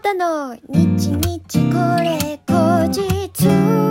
たの日日これ後日。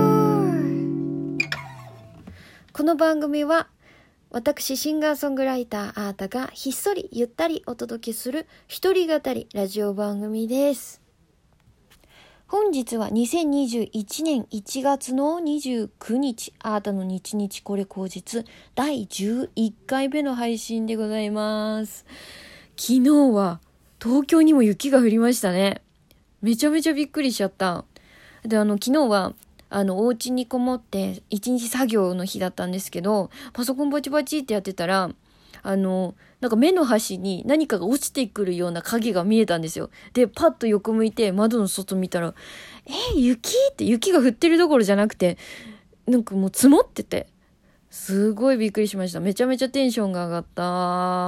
この番組は私シンガーソングライターあーたがひっそりゆったりお届けする一人語りラジオ番組です。本日は2021年1月の29日あーたの日日これ後日第11回目の配信でございます。昨日は東京にも雪が降りましたね。めちゃめちゃびっくりしちゃった。で、昨日はお家にこもって一日作業の日だったんですけど、パソコンバチバチってやってたら、なんか目の端に何かが落ちてくるような影が見えたんですよ。で、パッと横向いて窓の外見たら、雪って雪が降ってるどころじゃなくて、なんかもう積もってて、すごいびっくりしました。めちゃめちゃテンションが上がった。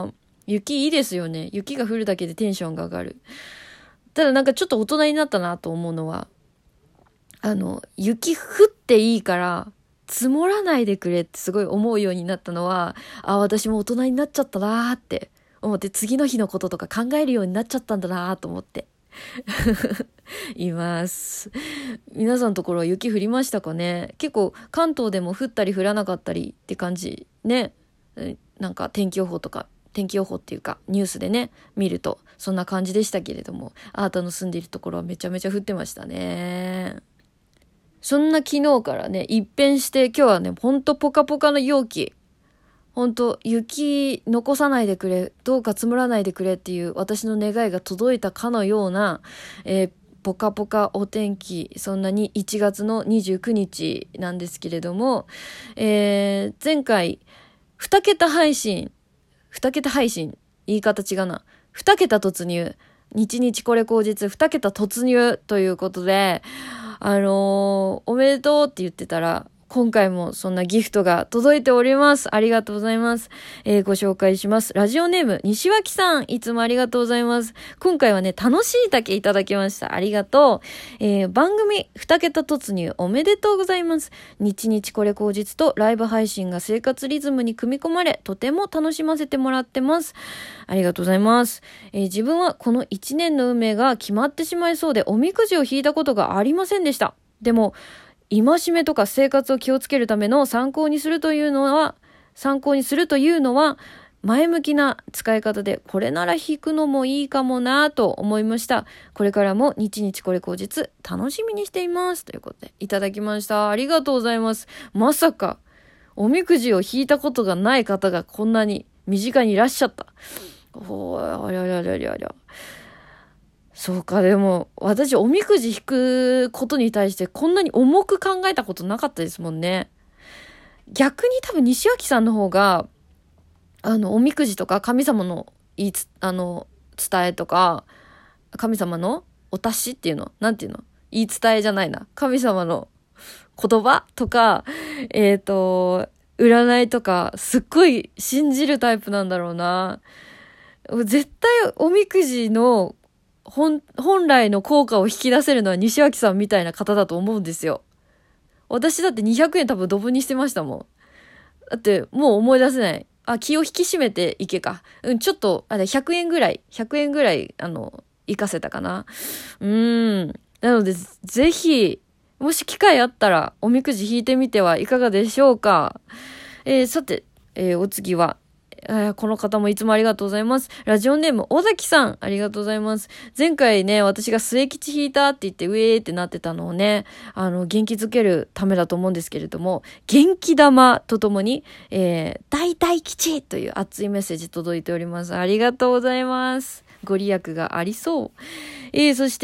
雪いいですよね。雪が降るだけでテンションが上がる。ただなんかちょっと大人になったなと思うのは、雪降っていいから積もらないでくれってすごい思うようになったのは、私も大人になっちゃったなーって思って、次の日のこととか考えるようになっちゃったんだなーと思っています。皆さんのところは雪降りましたかね。結構関東でも降ったり降らなかったりって感じね。なんか天気予報っていうかニュースでね見るとそんな感じでしたけれども、あーたの住んでいるところはめちゃめちゃ降ってましたね。そんな昨日からね一変して今日はねほんとポカポカの陽気、ほんと雪残さないでくれ、どうか積もらないでくれっていう私の願いが届いたかのような、ポカポカお天気、そんなに1月の29日なんですけれども、前回2桁配信言い方違うな。2桁突入。日日これ後日2桁突入ということで、おめでとうって言ってたら、今回もそんなギフトが届いております。ありがとうございます。ご紹介します。ラジオネーム、西脇さん、いつもありがとうございます。今回はね、楽しい竹いただきました。ありがとう。番組2桁突入おめでとうございます。日日これ後日とライブ配信が生活リズムに組み込まれ、とても楽しませてもらってます。ありがとうございます。自分はこの1年の運命が決まってしまいそうで、おみくじを引いたことがありませんでした。でも、戒めとか生活を気をつけるための参考にするというのは前向きな使い方で、これなら引くのもいいかもなと思いました。これからも日々これ後日楽しみにしていますということでいただきました。ありがとうございます。まさかおみくじを引いたことがない方がこんなに身近にいらっしゃった。ありゃそうか。でも私おみくじ引くことに対してこんなに重く考えたことなかったですもんね。逆に多分西脇さんの方がおみくじとか神様の伝えとか、神様のお達しっていうのなんていうの、言い伝えじゃないな、神様の言葉とか占いとかすっごい信じるタイプなんだろうな。絶対おみくじの本来の効果を引き出せるのは西脇さんみたいな方だと思うんですよ。私だって200円多分ドブにしてましたもん。だってもう思い出せない。気を引き締めていけか。ちょっと100円ぐらい活かせたかな。なのでぜひもし機会あったらおみくじ引いてみてはいかがでしょうか。さて、お次はこの方もいつもありがとうございます。ラジオネーム、尾崎さん、ありがとうございます。前回ね、私が末吉引いたって言って、ウェーってなってたのをね、元気づけるためだと思うんですけれども、元気玉とともに、大大吉という熱いメッセージ届いております。ありがとうございます。ご利益がありそう。そして、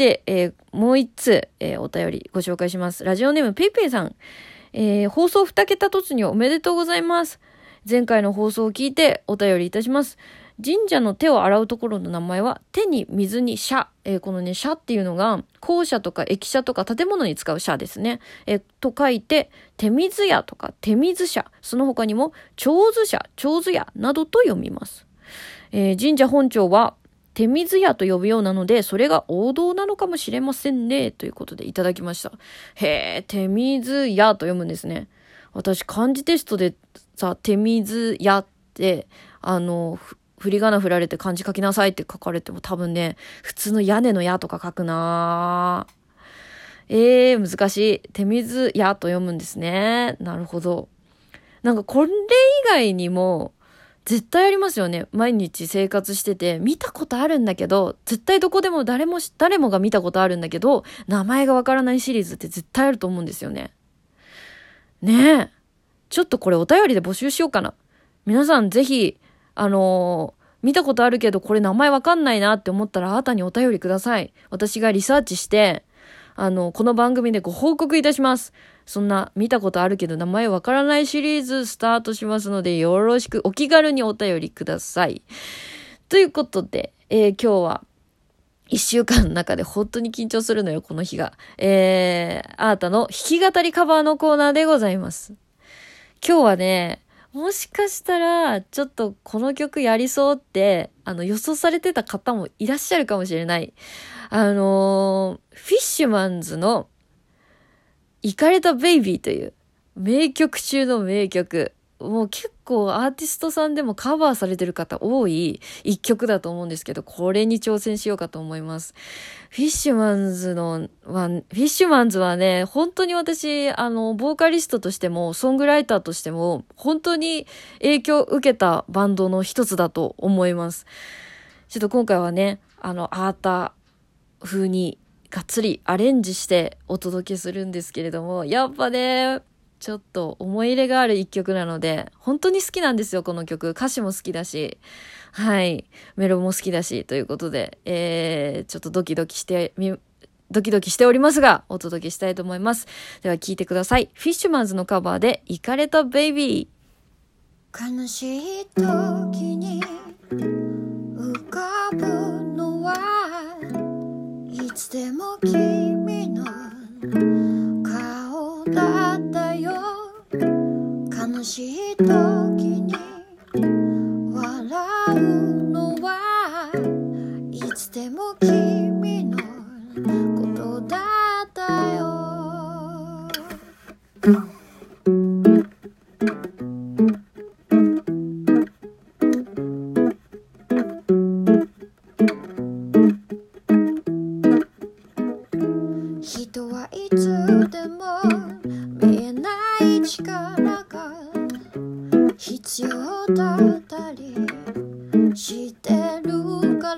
もう一つ、お便りご紹介します。ラジオネーム、ペイペイさん。放送2桁突入おめでとうございます。前回の放送を聞いてお便りいたします。神社の手を洗うところの名前は手に水に社、このね社っていうのが校舎とか駅舎とか建物に使う社ですね、と書いて手水屋とか手水社、その他にも長寿社、長寿屋などと読みます。神社本庁は手水屋と呼ぶようなので、それが王道なのかもしれませんねということでいただきました。手水屋と読むんですね。私漢字テストでさ、手水屋って振り仮名振られて漢字書きなさいって書かれても多分ね、普通の屋根の屋とか書くな難しい。手水屋と読むんですね。なるほど。なんかこれ以外にも絶対ありますよね。毎日生活してて見たことあるんだけど、絶対どこでも誰もが見たことあるんだけど、名前がわからないシリーズって絶対あると思うんですよね。ねえ。ちょっとこれお便りで募集しようかな。皆さんぜひ、見たことあるけどこれ名前わかんないなって思ったらあなたにお便りください。私がリサーチして、この番組でご報告いたします。そんな見たことあるけど名前わからないシリーズスタートしますので、よろしくお気軽にお便りください。ということで、今日は1週間の中で本当に緊張するのよ、この日が。アータの弾き語りカバーのコーナーでございます。今日はね、もしかしたらちょっとこの曲やりそうって予想されてた方もいらっしゃるかもしれない。フィッシュマンズのイカれたベイビーという名曲中の名曲。もう結構アーティストさんでもカバーされてる方多い一曲だと思うんですけど、これに挑戦しようかと思います。フィッシュマンズはね、本当に私、ボーカリストとしても、ソングライターとしても、本当に影響を受けたバンドの一つだと思います。ちょっと今回はね、アータ風にがっつりアレンジしてお届けするんですけれども、やっぱね、ちょっと思い入れがある一曲なので、本当に好きなんですよ、この曲。歌詞も好きだし、はい、メロも好きだし、ということで、ちょっとドキドキしておりますが、お届けしたいと思います。では聴いてください。フィッシュマンズのカバーで、イカれたベイビー。悲しい時に浮かぶのはいつでも君の顔だったよ。悲しい時に笑うのはいつでも君のことだったよ。人はいつでも見えない力が必要だったりしてるから、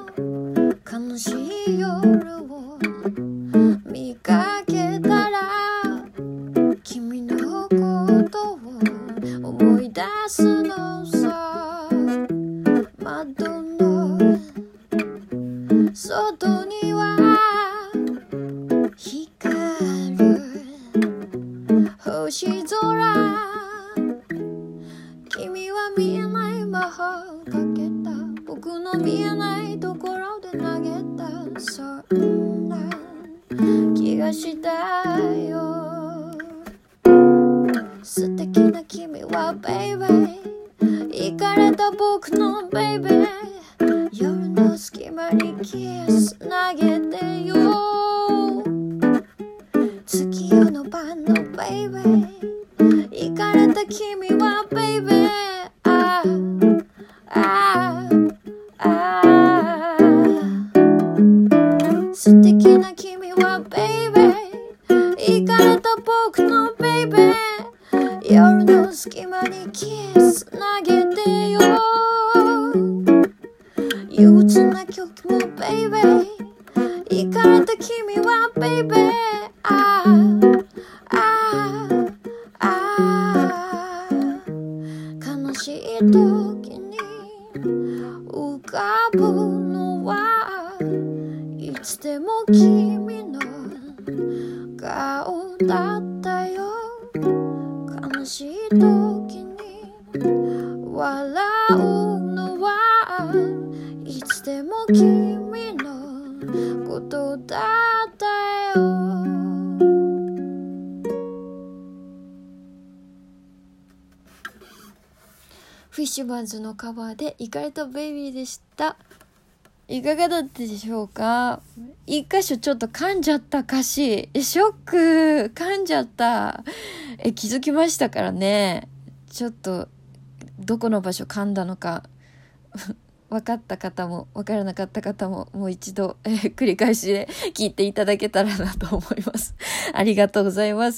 悲しい夜を見かけたら君のことを思い出すのさ。窓の外には光る星空、君は見えない魔法かけた、僕の見えないところで投げた、そんな気がしたよ。素敵な君はベイベー、イカれた僕のベイベー、夜の隙間にキス投げてよ。月夜の晩のベイベー、イカれた君はベイベー、素敵な君はベイベー、イカれた僕のベイベー、夜の隙間にキス投げてよ。憂鬱な曲もベイベー、イカれた君はベイベー、悲しい時に浮かぶのはいつでも君の顔だったよ。悲しい時に笑うのはいつでも君のことだったよ。フィッシュマンズのカバーでイカれたベイビーでした。いかがだったでしょうか。一箇所ちょっと噛んじゃった歌詞、ショック、噛んじゃった。気づきましたからね。ちょっとどこの場所噛んだのか分かった方も分からなかった方ももう一度、繰り返しで聞いていただけたらなと思います。ありがとうございます。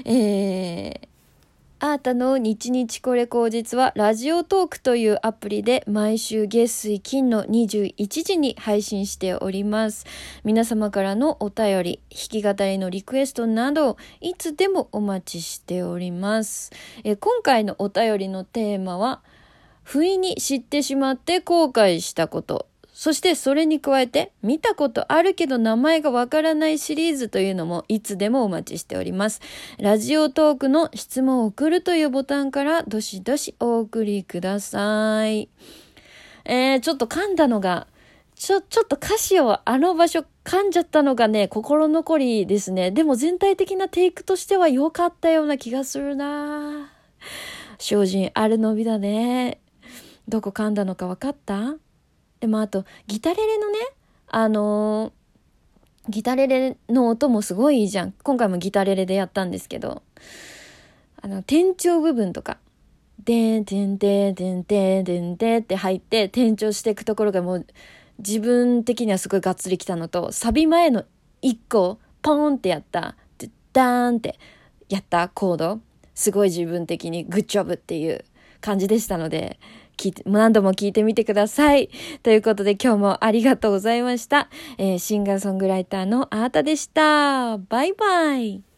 あーたの日日これ口実はラジオトークというアプリで毎週月水金の21時に配信しております。皆様からのお便り、弾き語りのリクエストなどいつでもお待ちしております。今回のお便りのテーマは不意に知ってしまって後悔したこと。そしてそれに加えて見たことあるけど名前がわからないシリーズというのもいつでもお待ちしております。ラジオトークの質問を送るというボタンからどしどしお送りください。ちょっと噛んだのが、ちょっと歌詞をあの場所噛んじゃったのがね、心残りですね。でも全体的なテイクとしては良かったような気がするな。精進あるのびだね。どこ噛んだのか分かった？でもあとギタレレのね、ギタレレの音もすごいいいじゃん。今回もギタレレでやったんですけど、転調部分とかでんてんてんてんてんてんてんって入って転調していくところがもう自分的にはすごいがっつりきたのと、サビ前の1個ポーンってやったダーンってやったコード、すごい自分的にグッジョブっていう感じでしたので、何度も聞いてみてください。ということで今日もありがとうございました。シンガーソングライターのあーたでした。バイバイ。